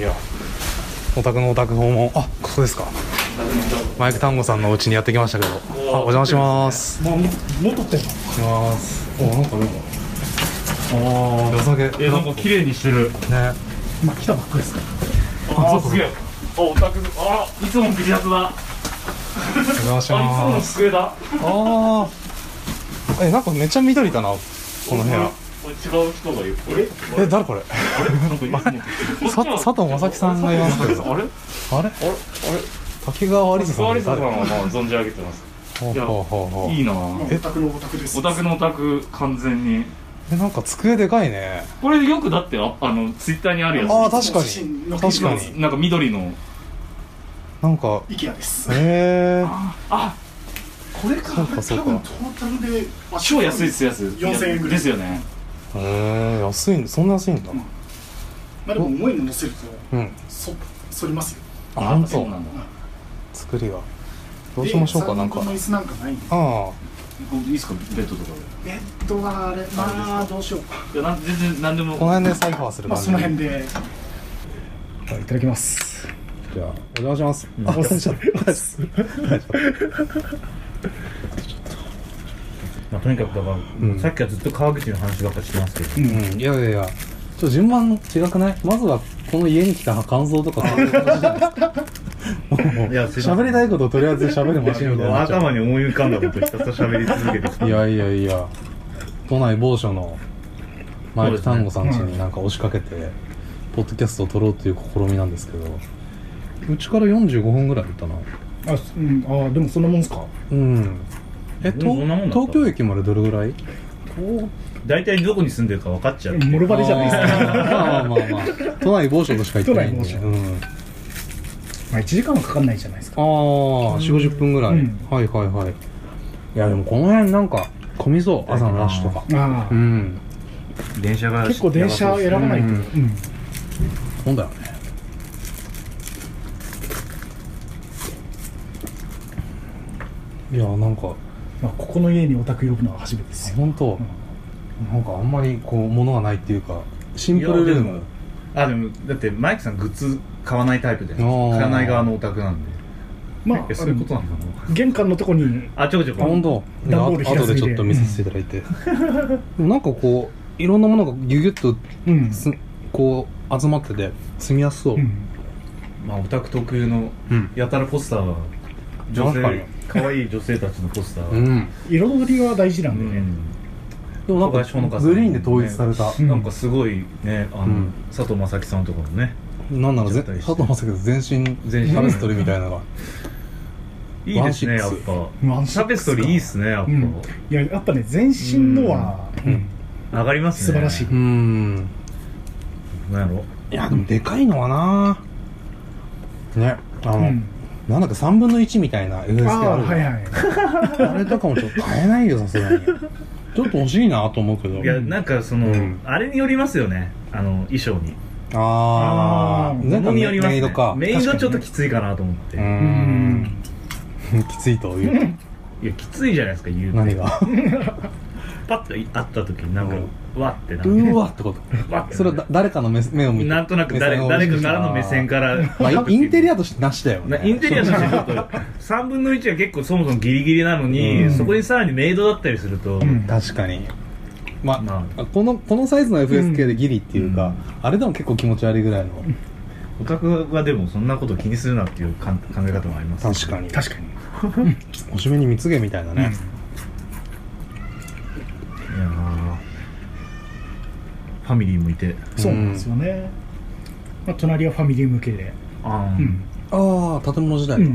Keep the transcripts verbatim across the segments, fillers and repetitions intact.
いやお宅のお宅訪問、あ、ここですか。マイク単語さんのお家にやってきましたけど、あ、お邪魔します。 もう、もう撮ってんの。 します。お、なんかでもああ、お酒、 え、なんか綺麗にしてるね。 まあ、来たばっかりですか。 ああ、すげえ。あ、お宅、あ、いつもの T シャツだ。 お邪魔しあ、いつものます。 机だ。 ああ、え、なんかめっちゃ緑だな、この部屋。 これ違う人がいる。 え、誰これ。 あれ、なんかいつも。 さ佐藤正樹さんがいますけど。 あれ、 あれ、 あれ、 滝川有沙さん。 有沙さんはまあ存じ上げてます。 ほうほうほうほう。 いいな。 え、 オタクのオタクです。 オタクのオタク、完全に。 え、なんか机でかいね。 これよくだってあ、あのツイッターにあるやつ。 ああ、確かに。確かに。 なんか緑の。 なんか。 イケアです。 へえ。 あ、あ、これか。 そうかそうか。 多分トータルで超安いっすやつ。 よんせんえんぐらいですよね。 へえ、安いんだ。そんな安いんだ。 まあでも重いの乗せると、 うん。 そ、反りますよ。 あ、本当。 そうなんだ。 作りが。どうしましょうか、なんか。 この椅子なんかないんで。 ああ。 いいですか、ベッドとかベッドはあれ、まあどうしようか。 で。いや、なん全然なんでも。 この辺でサイファーするまあ感じ。 その辺で。いただきます。 じゃあ、お邪魔します。あ、お邪魔します。 まあとにかくだから、さっきはずっと川口の話ばっかりしてますけど。 うん、いやいやいや。ちょっと順番違くない？まずはこの家に来た感想とかそういう話じゃないですか。いや、喋りたいことをとりあえず喋るマシンみたいな。 頭に思い浮かんだことひたすら喋り続けてきた。 いやいやいや、都内某所のマイク単語さん家になんか押しかけて、ポッドキャストを撮ろうという試みなんですけど、うちからよんじゅうごふんぐらい行ったな。 あ、うん、あ、でもそんなもんすか。 うん。え、東東京駅までどれぐらい？ 大体どこに住んでるか分かっちゃう。 もろバレじゃないですか。 まあまあまあまあ。都内某所としか行ってないんで。 都内某所。 うん。 まあいちじかんはかかんないじゃないですか。 ああ、よんじゅう、ごじゅっぷんぐらい。はいはいはい。いやでもこの辺なんか混みそう、朝のラッシュとか。 ああ。 うん。 電車が結構電車選ばないと。うん。 そうだよね。いやなんか。 まあここの家にオタク呼ぶのは初めてですよ。 本当。なんかあんまりこう物がないっていうかシンプルルーム。 あ、でもだってマイクさんグッズ買わないタイプじゃないですか。買わない側のオタクなんで。 まあそういうことなのかな。 玄関のとこにあ、ちょこちょこ。 本当。後でちょっと見させていただいて。なんかこういろんなものがギュギュッとこう集まってて住みやすそう。 まあオタク特有のやたらポスターは女性可愛い女性たちのポスター。 彩りは大事なんでね。 でもなんかグリーンで統一された、 なんかすごいね、あの佐藤正樹さんとかもね、 なんなら佐藤正樹全身全身タペストリーみたいなのがいいですね。やっぱタペストリーいいっすね。やっぱいややっぱね全身のは上がりますね。 素晴らしい。うん。 なんやろ。 いやでもでかいのはなね、あのなんだかさんぶんのいちみたいな エフエスケー ある。はいはい。あれとかもちょっと買えないよさすがに。ちょっと欲しいなと思うけど。 いやなんかその、うん、あれによりますよね。あの衣装に。 ああ。 なんかによりますね。メイドか。 メイドちょっときついかなと思って。うん。きついという。 いやきついじゃないですか言う。 何が。 パッと会った時になんか、うん、わってなる。 うわってこと。わって。それは誰かの 目, 目を見て。 なんとなく誰誰かからの目線から。 まあインテリアとしてなしだよね。 インテリアとしてちょっとさんぶんのいちは結構そもそもギリギリなのに、うん、そこにさらにメイドだったりすると、うん、 確かに。まあ、まあ、このこのサイズの エフエスケー でギリっていうか、うん、あれでも結構気持ち悪いぐらいの。 オタクはでもそんなこと気にするなっていう考え方もあります、 ね。確かに確かに。 おしめに蜜毛みたいなね。 うん、いやファミリーもいて。 そうなんですよね。まあ、隣はファミリー向けで。 あ、うん、ああ、建物時代。うん、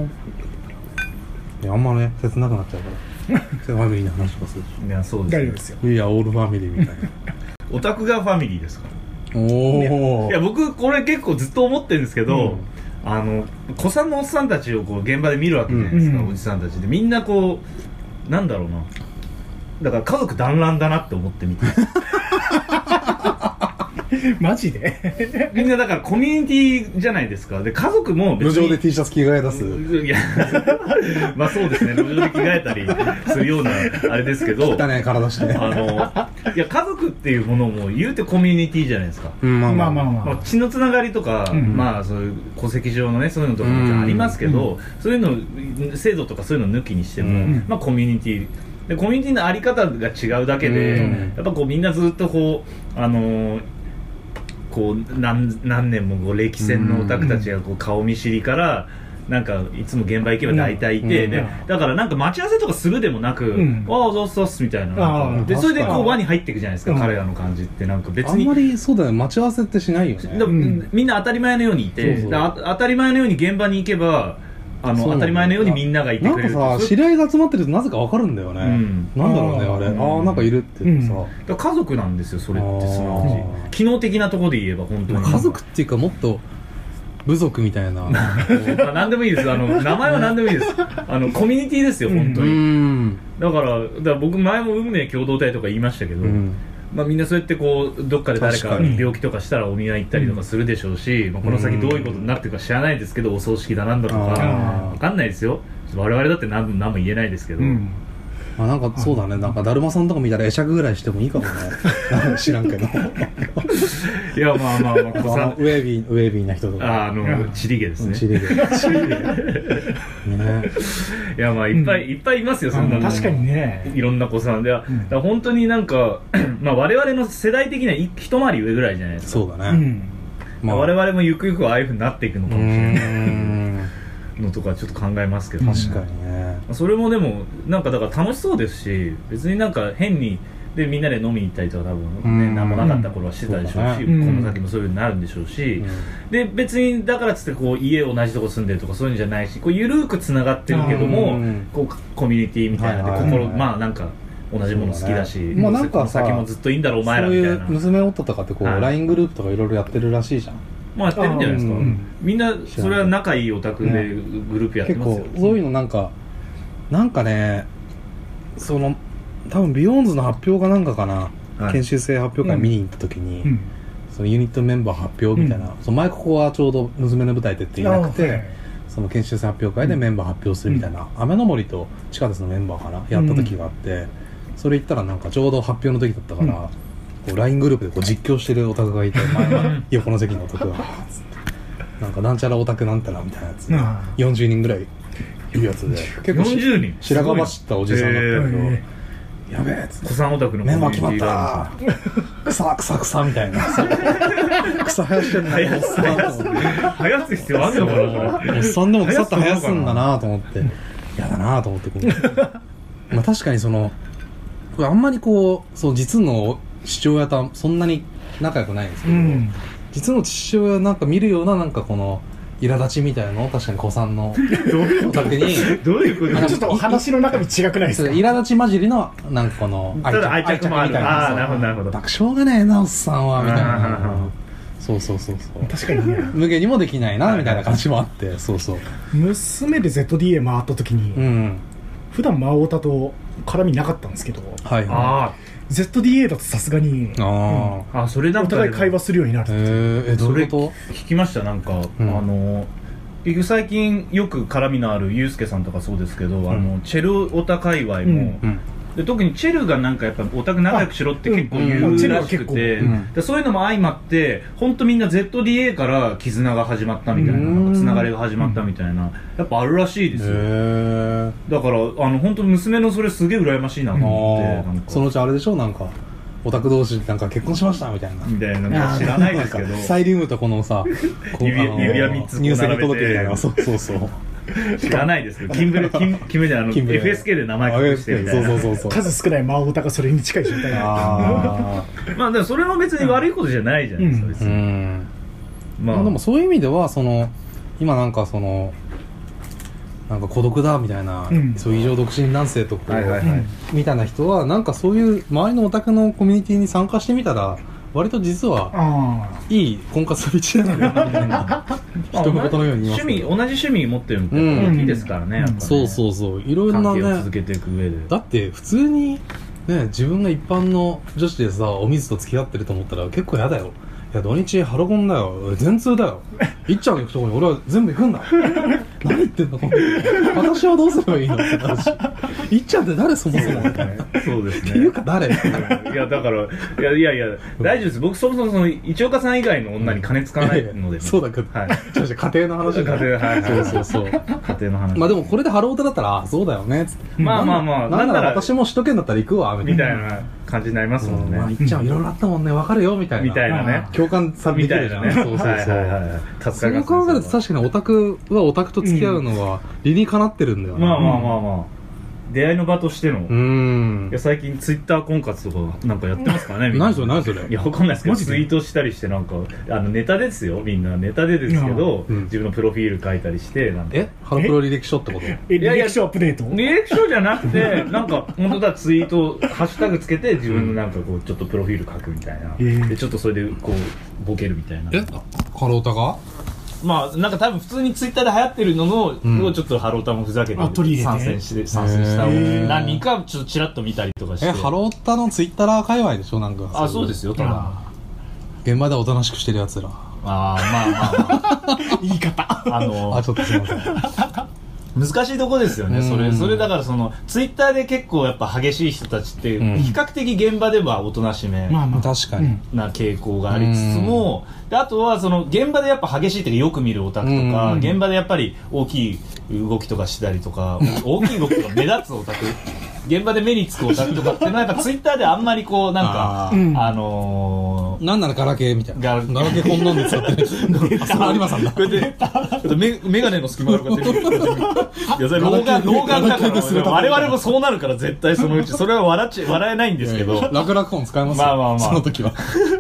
いやあんまね切なくなっちゃうから。ファミリーの話とかするし。 いやそうです、 大丈夫ですよ。 いやオールファミリーみたいな。 オタクがファミリーですから。 おお。 いや僕これ結構ずっと思ってるんですけど、うん、あの子さんのおっさんたちをこう現場で見るわけじゃないですか、うん、おじさんたちでみんなこうなんだろうな。だから家族団らんだなって思って見て。 マジでみんなだからコミュニティじゃないですか。で家族も別に路上で T シャツ着替え出す。 いやまあそうですね、路上で着替えたりするようなあれですけど、 汚ね体してあのいや家族っていうものも言うてコミュニティじゃないですか、 うん、まあまあまあまあ、 まあ、血のつながりとか、うん、まあそういう戸籍上のねそういうのとかもありますけど、うん、そういうの制度とかそういうの抜きにしても、うん、まあコミュニティでコミュニティのあり方が違うだけで、うん、やっぱこうみんなずっとこうあのー、こう 何, 何年もこう歴戦のオタクたちがこう顔見知りからなんかいつも現場行けば大体いて、うん、でだからなんか待ち合わせとかするでもなく、うん、ああそうそうっすみたいな、でそれでこう輪に入っていくじゃないですか、うん、彼らの感じってなんか別にあんまりそうだよね、待ち合わせってしないよね、 うん、みんな当たり前のようにいて、そうそうだ当たり前のように現場に行けばあの当たり前のようにみんながいてくれる。 なんかさ知り合いが集まってるとなぜか分かるんだよね、うん、なんだろうねあれ、ああなんかいるって言ってさ、うん、だから家族なんですよそれってすなわち機能的なところで言えば本当に家族っていうかもっと部族みたいな何でもいいです、あの名前は何でもいいですあのコミュニティですよ本当に、うん、だからだから僕前も運命共同体とか言いましたけど、うんまあ、みんなそうやってこうどっかで誰か病気とかしたらお見舞い行ったりとかするでしょうし、まあ、この先どういうことになってるか知らないですけどお葬式だなんだとか分かんないですよ、我々だって 何, 何も言えないですけど、うんまあ、なんかそうだね、なんかだるまさんとか見たら会釈ぐらいしてもいいかもね知らんけどいやまあまあまあウェービーウェービーな人とかああのチリゲですね、 チリゲチリゲねいやまあいっぱい、うん、いっぱいいますよそんな、 確かにねいろんな子さんで、うん、だから本当になんかまあ我々の世代的には一回り上ぐらいじゃないですか。 そうだね、うんまあ、我々もゆくゆくはああいう風になっていくのかもしれないのとかちょっと考えますけど、 確かにね、 それもでもなんかだから楽しそうですし、別になんか変にでみんなで飲みに行ったりとか多分ね何もなかった頃はしてたでしょうし、うん、この先もそういう風になるんでしょうし、うん、で別にだからっつってこう家同じとこ住んでるとかそういうんじゃないし、こう緩くつながってるけども、うん、こうコミュニティみたいなので、はいはいはい、心まあなんか同じもの好きだし、ね、 もうなんかさ先もずっといいんだろうお前らみたいな、 そういう娘夫とかってこう、はい、ライン グループとかいろいろやってるらしいじゃん。 まあやってるんじゃないですか、うん、みんなそれは仲いいオタクでグループやってますよ、ね、 結構そういうのなんかなんかね、その多分ビヨーンズの発表かなんかかな、はい、研修生発表会見に行った時に、うん、そのユニットメンバー発表みたいな、うん、その前ここはちょうど娘の舞台でっていなくて、その研修生発表会でメンバー発表するみたいな、うん、雨の森と地下鉄のメンバーかなやった時があって、うん、それ言ったらなんかちょうど発表の時だったから、うん、こう ライン グループでこう実況してるオタクがいて、前は横の席のオタクがなんかなんちゃらオタクなんたらみたいなやつ、うん、よんじゅうにんぐらいいるやつで結構よんじゅうにん白髪走ったおじさんだったけど、えー、やべえっつって子さんオタクのメンバー決まった草草草みたいな草生やしてんだよおっさんと思って生やす必要あるのかな、 おっさんでも草って生やすんだなと思ってやだなと思ってまあ確かにそのあんまりこうそう実の父親とはそんなに仲良くないんですけど、うん、実の父親なんか見るようななんかこの苛立ちみたいなのを確かに子さんのお宅にどういうことちょっと話の中身違くないですか。 苛立ち混じりのなんかこの愛着愛着もあるみたいな。ああなるほどなるほど。 爆笑がねえなおっさんはみたいな。そうそうそうそう。 確かにね。 無限にもできないなみたいな感じもあって、そうそう。 娘で ゼットディーエー 回った時に、うん、普段真太田と絡みなかったんですけど、 はい、 ああゼットディーエー だとさすがにあ、 うん、あそれなんかお互い会話するようになるって。 えどういうこと？ 聞きましたなんか、うん、あの最近よく絡みのあるユースケさんとかそうですけど、うん、あのチェルオタ界隈も、うんうんで特にチェルがなんかやっぱオタク仲良くしろって結構言うらしくて、うんうん、でそういうのも相まって本当みんな ゼットディーエー から絆が始まったみたいな、なんかつながりが始まったみたいなやっぱあるらしいですよ。へだからあの本当娘のそれすげえ羨ましいなと思って、なんかそのうちあれでしょなんかオタク同士なんか結婚しましたみたいなみたいな知らないですけどサイリウムとこのさこう指輪みっつ入籍届みたいなそうそうそう知らないですけどキンブレキンキンブレあの エフエスケー で名前隠してみたいなそうそうそう数少ない魔王タがそれに近い状態あまあでもそれは別に悪いことじゃないじゃないですか、うん、別に、 うんまあ、まあでもそういう意味ではその今なんかそのなんか孤独だみたいな、うん、そういう異常独身男性とこう、はいはいはい、みたいな人はなんかそういう周りのオタクのコミュニティに参加してみたら割と実はいい婚活の道なんだなみたいな人のことのように言いますけど、趣味同じ趣味持ってるのって大きいですからね、うん、やっぱねそうそうそういろいろなね関係を続けていく上でだって普通にね自分が一般の女子でさお水と付き合ってると思ったら結構やだよや土日ハロコンだよ全通だよいっちゃんが行くとこに俺は全部行くんだ何言ってんの私はどうすればいいのってなるしいっちゃんって誰そもそもみたいなそうですねっていうか誰いやだからいやいやいや大丈夫です僕そもそもその一岡さん以外の女に金使わないので、ね、 そうだけど、 はい、 家庭の話家庭、はい、 そうそうそう家庭の話まあでもこれでハロータだったらあそうだよねっつってまあまあまあなんなら私も首都圏だったら行くわみたいなみたいな感じになりますもんね、 うんまあ、いっちゃんいろいろあったもんね分かるよみたいなみたいなね共感されてるじゃん、 ね、 そうそうそう、はいはいはい、そう考えると確かにオタクはオタクと付き合うのは理にかなってるんだよね、 まあまあまあまあ出会いの場としてのうんいや最近ツイッター婚活とかなんかやってますからねみんな何それ何それいやわかんないですけどツイートしたりしてなんかあのネタですよみんなネタでですけど、うん、自分のプロフィール書いたりしてなんかえハロプロ履歴書ってことえ履歴書アップデート履歴書じゃなくてなんか本当だツイートハッシュタグつけて自分のなんかこうちょっとプロフィール書くみたいな、えー、でちょっとそれでこうボケるみたいなえハロータがまあなんか多分普通にツイッターで流行ってるのの、うん、をちょっとハロータもふざけて参戦して参戦した何人かちょっとチラッと見たりとかしてえハロータのツイッター界隈でしょなんかあそうですよただ現場でおとなしくしてるやつらああまあまあ、まあ、 言い方あのあちょっとすいません難しいとこですよねそれそれだからそのツイッターで結構やっぱ激しい人たちって比較的現場ではおとなしめな傾向がありつつもであとはその現場でやっぱ激しいっていうかよく見るオタクとか現場でやっぱり大きい動きとかしたりとか大きい動きとか目立つオタク現場で目につくオタクとかっていうのはやっぱツイッターであんまりこうなんかあ、うん、あのー、 なんならガラケーみたいなガラケーこんなんで使ってるあそれ有馬さんだこうやってメメガネの隙間があるからいやそれ老眼老眼だから我々もそうなるから絶対そのうちそれは笑っちゃ笑えないんですけど楽々本使えますよ、 まあまあまあ、 その時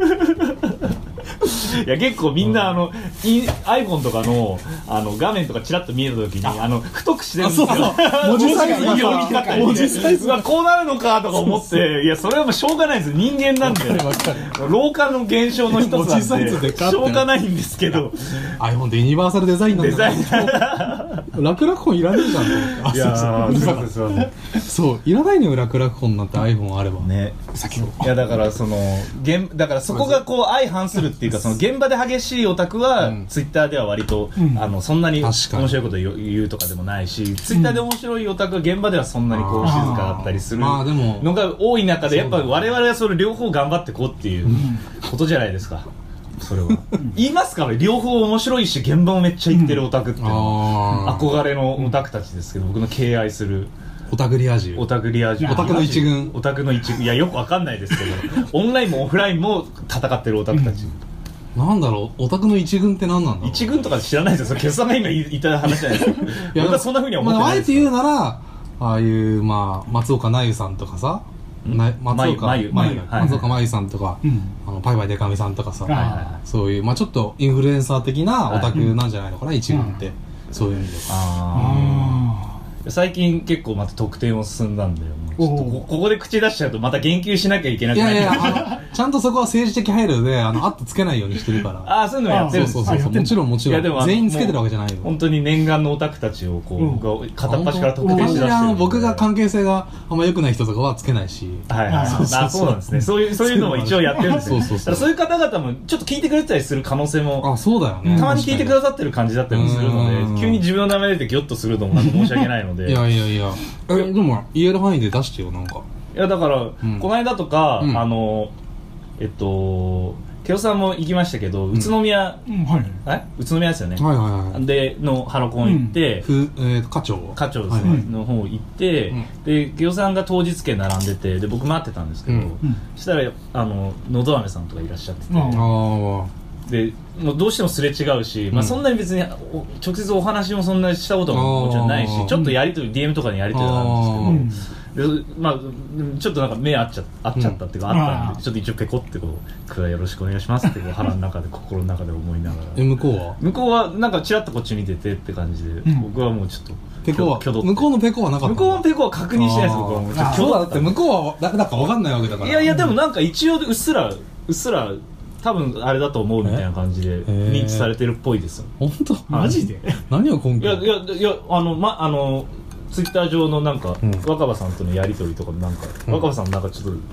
はいや結構みんなあの iPhone とかのあの画面とかチラッと見えた時にあの太くしてるんですよ文字サイズが文字サイズがこうなるのかとか思っていやそれはもうしょうがないです人間なんで老化の現象の一つなんでしょうがないんですけど iPhone ってユニバーサルデザインなんだデザイン楽々本いらねえじゃんと思っていやそうですよねそういらないのよ楽々本なんて iPhone あればねいやだからその現だからそこがこう相反するっていうかその現場で激しいオタクは、うん、ツイッターでは割と、うん、あのそんなに面白いこと言うとかでもないし、うん、ツイッターで面白いオタクは現場ではそんなにこう静かだったりするのが多い中でやっぱ我々はそれ両方頑張ってこうっていうことじゃないですかそれは言いますから両方面白いし現場もめっちゃ行ってるオタクっていうのは、うん、憧れのオタクたちですけど僕の敬愛するオタクリア充オタクリア充オタクの一軍オタクの一軍いやよくわかんないですけどオンラインもオフラインも戦ってるオタクたち、 うん、なんだろうオタクの一軍って何なんだろう一軍とか知らないですよケツさんが今言った話じゃないですかいや僕はそんな風には思ってないです、 まあ、あえて言うならああいうまあ松岡奈優さんとかさな松岡真優さんとか、うん、あのパイパイデカミさんとかさ、はいはいはい、そういう、まあ、ちょっとインフルエンサー的なオタクなんじゃないのかな、はい、一軍って、うん、そういう意味であ最近結構また得点を進んだんだよちょっと こ, ここで口出しちゃうとまた言及しなきゃいけなくなるいやいやあのちゃんとそこは政治的配慮であのあっとつけないようにしてるからああそういうのやってるんですそうそうそうもちろんもちろんいやでも全員つけてるわけじゃないよ本当に念願のオタクたちをこう、うん、片っ端から特定しだしてるので僕が関係性があんま良くない人とかはつけないしはいはいそうそうそうあそうなんですねそういうそういうのも一応やってるんですよそうそうそうそういう方々もちょっと聞いてくれてたりする可能性もあそうだよねたまに聞いてくださってる感じだったりもするので急に自分の名前出てギョッとするのもなんか申し訳ないのでいやいやいやえでも言える範囲で出してよなんかいやだから、うん、この間とか、うん、あのえっとケオさんも行きましたけど、うん、宇都宮、うんはい、宇都宮ですよね、 はいはいはい、 でのハロコン行って、 うんえー、課長課長ですね、はいはい、の方行って、うん、でケオさんが当日券並んでてで僕待ってたんですけど、うん、そしたらあののど飴さんとかいらっしゃってて、うん、あでもうどうしてもすれ違うし、うんまあ、そんなに別に直接お話もそんなにしたことももちろんないしちょっとやりとり、うん、ディーエム とかにやりとりがあるんですけどでまあ、ちょっとなんか目合っちゃ、合っちゃったっていうか、うん、あったんでちょっと一応ペコってこうくらよろしくお願いしますってこう腹の中で心の中で思いながらえ向こうは向こうはなんかチラッとこっち見ててって感じで、うん、僕はもうちょっとペコは向こうのペコはなかった向こうのペコは確認してないです僕はもうちょっとそうだって向こうは誰だか分かんないわけだからいやいやでもなんか一応うっすらうっすら多分あれだと思うみたいな感じで認知されてるっぽいですよ本当マジで何を根拠いやいやいやあのまあのツイッター上のなんか、うん、若葉さんとのやり取りとかなんか、うん、若葉さんなんかちょっと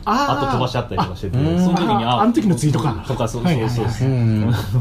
あと飛ばしちゃったりとかしてて、その時にああの時のツイートかとかそうそうそうそう、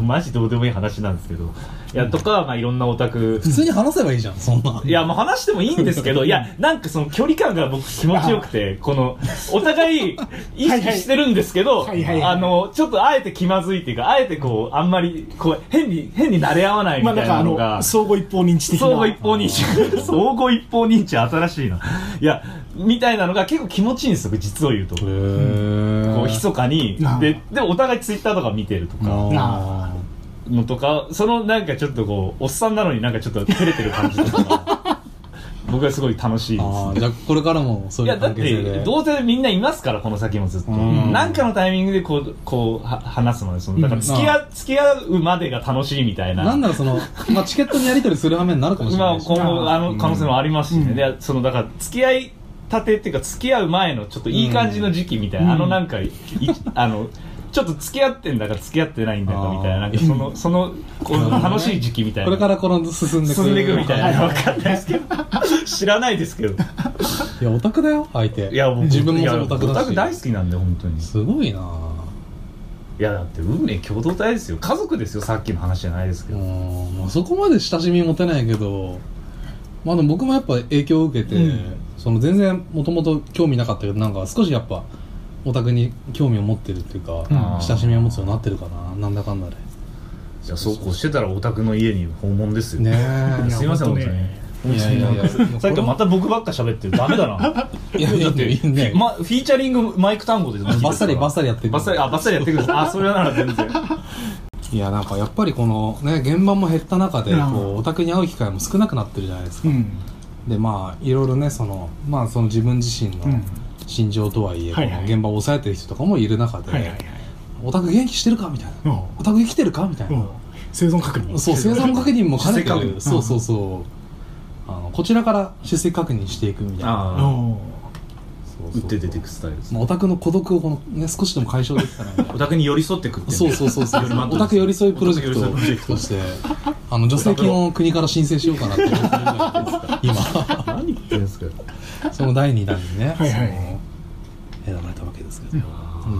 マジどうでもいい話なんですけど、いやとかまあいろんなオタク普通に話せばいいじゃんそんな。 いやまあ話してもいいんですけど、いやなんかその距離感が僕気持ちよくて、このお互い意識してるんですけど、あのちょっとあえて気まずいっていうか、あえてこうあんまりこう変に変に慣れ合わないみたいなのが、まあ、なんか相互一方認知的な、 相互一方認知相互一方認知新しいな、いやみたいなのが結構気持ちいいんですよ実を言うと。こう密かにででもお互いツイッターとか見てるとかのとか、そのなんかちょっとこうおっさんなのになんかちょっと照れてる感じとか僕はすごい楽しいです、ね、 あじゃあこれからもそういう関係性で。 いやだってどうせみんないますからこの先もずっとなんかのタイミングでこうこうは話すので、そのだから付き合、うん、付き合うまでが楽しいみたいな、 なんならその、まあ、チケットにやり取りする羽目になるかもしれないし、 まあ、今後あの可能性もありますしね、うん、でそのだから付き合いたてっていうか付き合う前のちょっといい感じの時期みたいな、うん、あのなんかいあのちょっと付き合ってんだか付き合ってないんだかみたいな、なんかそのそのこう楽しい時期みたいな、 これからこの進んでいく進んでいくみたいな、分かんないですけど知らないですけど、 いやオタクだよ相手。 いや僕自分もオタクだし、 オタク大好きなんで本当にすごいな。 いやだって運命共同体ですよ、家族ですよ、さっきの話じゃないですけど。 まあ、そこまで親しみ持てないけど、まあでも僕もやっぱ影響を受けて、うん、その全然もともと興味なかったけど、なんか少しやっぱオタクに興味を持ってるっていうか、うん、親しみを持つようになってるかな、なんだかんだで。 じゃあそうこうしてたらオタクの家に訪問ですよね。 すいません本当に。いやいやいやさっきからまた僕ばっか喋ってるダメだな。いやだってね、ま、フィーチャリングマイク単語でバッサリバッサリやってくる。 バッサリあバッサリやってくる。あそれなら全然。 いやなんかやっぱりこのね現場も減った中でこうオタクに会う機会も少なくなってるじゃないですか。うん、でまあいろいろねそのまあその自分自身の心情とはいえ、この現場を抑えてる人とかもいる中で、はいはいはい、オタク元気してるかみたいな、うん、オタク生きてるかみたいな、うん、 生存確認。 そう生存確認も兼ねてる。そうそうそう。あのこちらから出席確認していくみたいな。 打って出ていくスタイルです、 まあ、オタクの孤独をこの、ね、少しでも解消できたらオタクに寄り添ってくって、ね、 そうそうそうそうオタク寄り添いプロジェクトとしてあの助成金を国から申請しようかなって思ってるじゃないですか今。 何言ってんですか。 そのだいにだんにね、 はいはい、 選ばれたわけですけど、うん、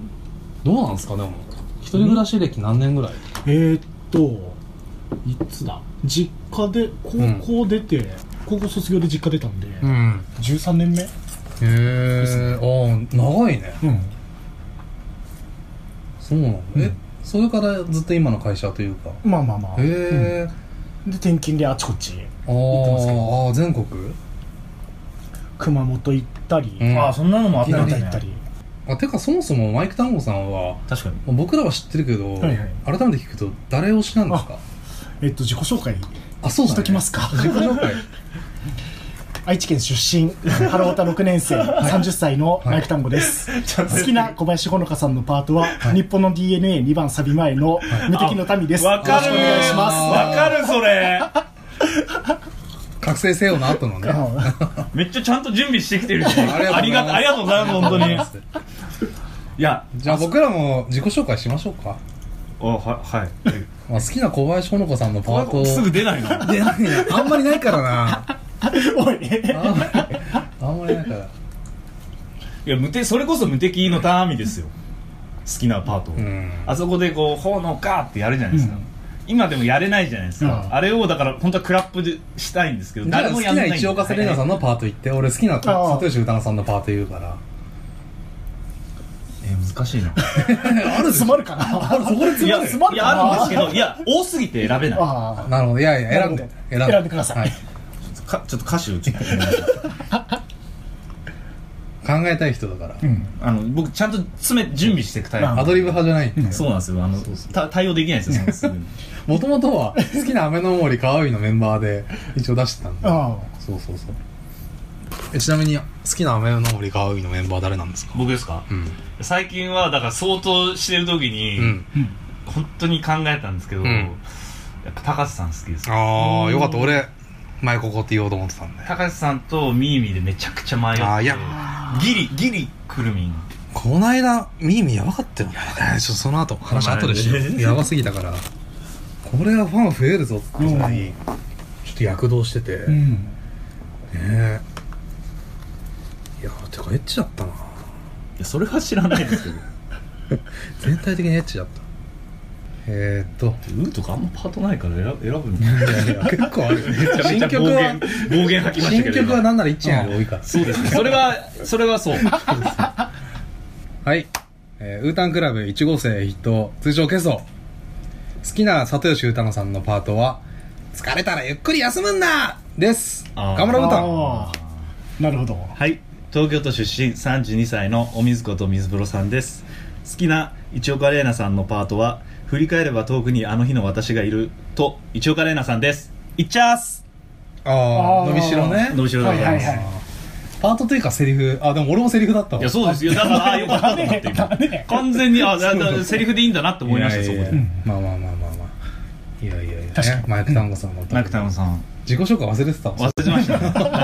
どうなんですかね。一人暮らし歴何年ぐらい？ えー、っといつだ実家で高校出て、うん、高校卒業で実家出たんで、うん、じゅうさんねんめ。 へえ、ああ長いね。うん。そうなの、うん、えそれからずっと今の会社というか。 まあまあまあ。 へえ、 うん、で転勤であちこち行ってますけど。 ああ全国？ 熊本行ったり、 うん、ああそんなのもあったんだね。 行ったり。 あてかそもそもマイク単語さんは確かに僕らは知ってるけど、はいはい、改めて聞くと誰推しなんですか？ えっと自己紹介あそうだ、ね、 しときますか。 自己紹介愛知県出身ハロータろくねん生、はい、さんじゅっさいのマイク単語です、はい、好きな小林ほのかさんのパートは、はい、日本の ディーエヌエーに 番サビ前の無敵の民です。 わかる、 よろしくお願いします。 わかるそれ覚醒せよの後のねめっちゃちゃんと準備してきてるしありがとうございます本当に。いやじゃあ僕らも自己紹介しましょうか。 あははいまあ好きな小林ほのかさんのパートすぐ出ないの出ないねあんまりないからなおいあんまりないから。いや無敵それこそ無敵の民ですよ好きなパート、うん、あそこでこうほのかってやるじゃないですか、うん、今でもやれないじゃないですか、うん、あれをだから本当はクラップでしたいんですけど誰もやんないんで。 好きな市岡瀬玲奈さんのパート言って、俺好きな里吉歌奈さんのパート言うから。 えー、難しいなある詰まるかなあるそこで詰まる詰まるかないやあるんですけどいや多すぎて選べない。 あなるほど。いやいや選んで選んで、選んでください、はい、 かちょっと歌詞をちょっと考えたい人だから、 うん、あの僕ちゃんと詰め準備していくタイプ。 アドリブ派じゃない、 うん、そうなんですよ。あのそうそう対応できないですよすぐにもともとは好きな雨の森かわいいのメンバーで一応出してたんであそうそうそう。えちなみに好きな雨の森かわいいのメンバー誰なんですか？ 僕ですか、 うん、 最近はだから相当してる時に、うん、本当に考えたんですけど、うん、やっぱ高瀬さん好きです。 ああよかった。俺前ここって言おうと思ってたんで。 高瀬さんとミーミーでめちゃくちゃ迷って、あいやギリギリくるみん。 この間ミーミーやばかったよね。ちょっとその後話後でしようやばすぎたからこれはファン増えるぞってぐらいちょっと躍動してて、うん、ねえいやてかエッチだったな。 いやそれは知らないですけど全体的にエッチだった。えーっとウーとかあんまパートないから選ぶ選ぶのいやいや結構ある。 めちゃめちゃ暴言暴言吐きましたけど新曲はなんならいっちゃんより多いから。 そうですねそれはそれはそうはい、えー、ウータンクラブいち号生筆頭通称ケソ。好きな里吉歌乃さんのパートは疲れたらゆっくり休むんだです。 あーガムラウータン。 あーなるほど。 はい東京都出身さんじゅうにさいのお水子と水風呂さんです。好きな市岡玲奈さんのパートは振り返れば遠くにあの日の私がいると市岡玲奈さんです。いっちゃーす。 ああ、伸びしろね。 伸びしろでございます、 はいはいはい、 パートというかセリフ。あ、でも俺もセリフだったわ。 いやそうですよ。だからあよかったと思って今完全にあだだセリフでいいんだなって思いました。そこで、 まあまあまあまあまあいやいやいや、ね、 確かにマイクタンゴさんのマイクタウンさん自己紹介忘れてたわ。 忘れてました、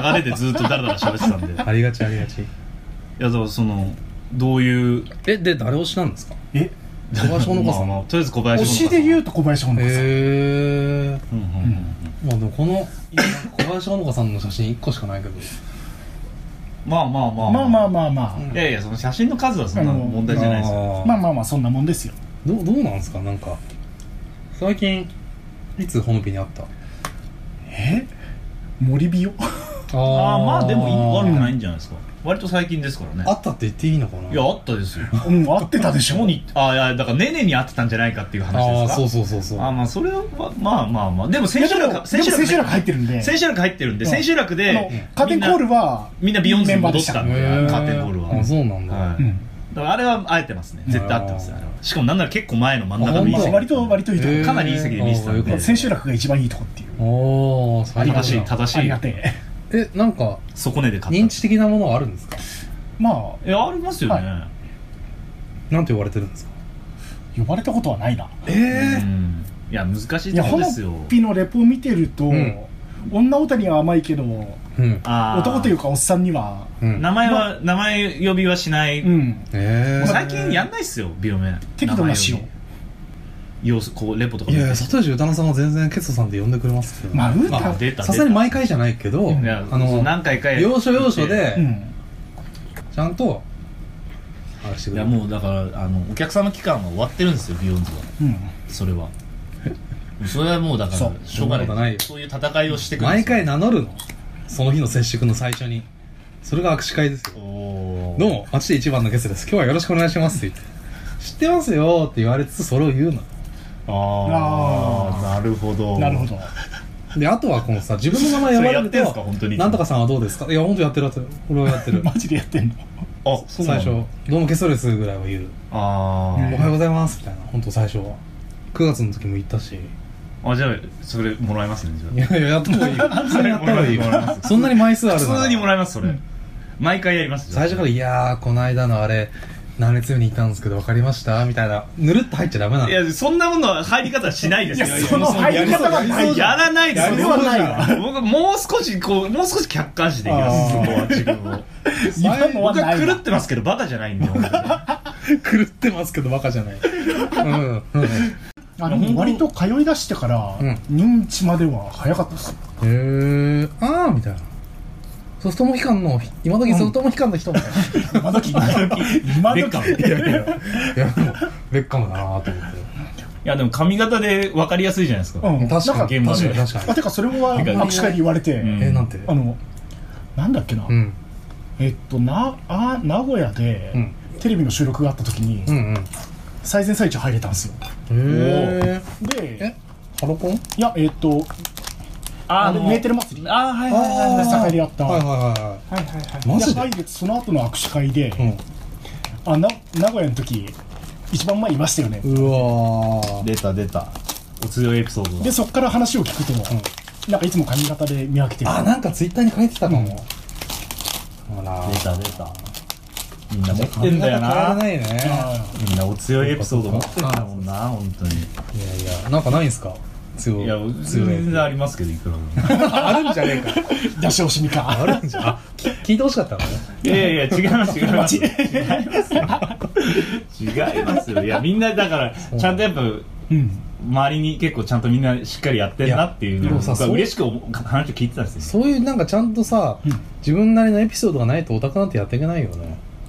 ね、流れでずっとダラダラ喋ってたんでありがちありがち。 いやだからそのどういうえで誰推しなんですか？ え小林ほのかさん。 まあまあとりあえず小林推ほのかさんしで言うと小林ほのかさん。 へえ。 うんうんうんまあでもこの小林ほのかさんの写真いっこしかないけど。 まあまあまあまあまあまあまあ、 いやいやその写真の数はそんな問題じゃないですよ。 まあまあまあそんなもんですよ。 どうどうなんですか？なんか最近いつほのぴに会った？ え森美容あああまあでも悪くないんんじゃないですか。割と最近ですからね。 会ったって言っていいのかな？ いやあったですよ。 うん合ってたでしょ。 にあいやだからねねに会ってたんじゃないかっていう話ですか。 ああそうそうそうそう。 あまあそれはまあまあまあでも千秋楽千秋楽入ってるんで千秋楽入ってるんで千秋楽でカーテンコールはみんなビヨンズに戻ったんでメンバーでしたカーテンコールは。 あそうなんだ。 はいうんだからあれは会えてますね。絶対会ってますよ。あれはしかもなんなら結構前の真ん中のいい席。 割と割といいとこ、 かなりいい席で見せたんで。 千秋楽が一番いいとこっていう。 おー正しい正しい。 ありがてえ。 えなんか底根で買った。 認知的なものはあるんですか？ まあいやありますよね。 はなんて呼ばれてるんですか？ 呼ばれたことはないな。 えうえんいや難しいいやほのとこですよ。 っぴのレポを見てると、 うん女歌には甘いけどうんあー男というかおっさんにはうん名前は名前呼びはしない。もうんええう最近やんないっすよビロメン。 適度な塩。 様子こうレポとかい見て。 やいや里吉歌乃さんは全然ケツさんって呼んでくれますけど、 まあウータン出たさすがに毎回じゃないけど、 うんいやあの何回かや要所要所でうんちゃんとあれしていくれる。 やもうだからあのお客様期間は終わってるんですよビヨンズは。 うんそれはそれはもうだからそうしょうがないそんなことないよそういう戦いをしてくるん毎ですよ。 回名乗るの、その日の接触の最初に。それが握手会ですよ。 おーどうもあっちで一番のゲストです、今日はよろしくお願いしますって言って知ってますよって言われつつそれを言うのああなるほどなるほど。 で、あとはこのさ、自分の名前呼ばれるそれやってんすかと本当になんとかさんはどうですか？いや本当やってるやってる、俺はやってるマジでやってんの。 あそうな最の初どうもゲストですぐらいは言う、 あおはようございますみたいな、本当最初はくがつの時も言ったし。 ああじゃあそれもらえますねじゃいやいややった方がいいよそれやった方がいいよもらえますそんなに枚数ああるなら普通にもらえますそれ毎回やります最初から「いやーこの間のあれ何列目にいたんですけど分かりました?」みたいなぬるっと入っちゃダメなの。 いやそんなものは入り方はしないですよ。 いやその入り方はないやらないですよ。 それはないわ。 僕もう少しこうもう少し客観視できますあーそこは自分を。 今のは僕はないわ。 狂ってますけどバカじゃないんで。本当に狂ってますけどバカじゃないうんうんあの割と通い出してからうん認知までは早かったです。 へえああみたいな、ソフトモヒカンの今時ソフトモヒカンの人みたいな、 今時今時ベッカム。いいやいやいやでもベッカムだなと思って。 やでも髪型で分かりやすいじゃないですか。 うん確かになん現場で確かに確かあてかそれは握手会で言われて、 うんえなんてあのなんだっけな、 うんえっとなあ名古屋で、 うんテレビの収録があった時に、 うんうん最前最中入れたんですよ。 へでえハロコンいやえっとあれメーテル祭りあーはいはいはいはい。 大阪でやった、 はいはいはいはいはいはいマジでで入れてその後の握手会で、 うんあな名古屋の時一番前いましたよね。 うわー出た出たお強いエピソードだ。 でそっから話を聞くと、なんかいつも髪型で見分けてる。 あなんかツイッターに書いてたかも、ほら出た出た。みんな持ってんだよ髪型な。 変えられないね。 あみんなお強いエピソード持ってんだもんな本当に。 いやいやなんかないんすか？強いいや強い全然ありますけどいくらでも。 あるんじゃねえか。 ー出し惜しみか。 あるんじゃん。あき聞いてほしかったのね。 いやいや違います違います違いマますよ違いますよ。いやみんなだからちゃんとやっぱうん周りに結構ちゃんとみんなしっかりやってんなっていういやでのを僕はもさそう嬉しく思う話を聞いてたんですよ。 そういうなんかちゃんとさ、 うん自分なりのエピソードがないとオタクなんてやっていけないよね。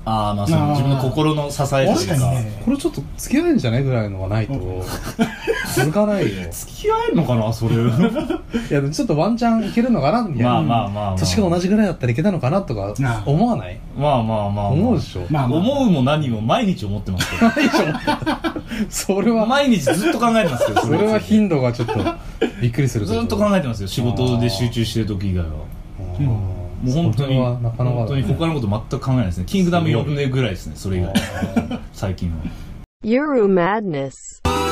ああ、まあその自分の心の支えというか、 確かにね、 これちょっと付き合えるんじゃないぐらいのがないと続かないよ。 付き合えるのかなそれ。いやちょっとワンチャンいけるのかなみたいな。 まあまあまあ、まあ、 年が同じぐらいだったらいけたのかなとか思わない？ まあまあまあ、 思うでしょ。 まあまあ、思うも何も毎日思ってますけど。毎日思ってそれは毎日ずっと考えてますけど。 それは頻度がちょっとびっくりする。 ずっと考えてますよ、仕事で集中してる時以外は。うん、もう本当になかなか、ね、本当に他のこと全く考えないですね。キングダム読んでぐらいですね、それ以外。最近は。Euro Madness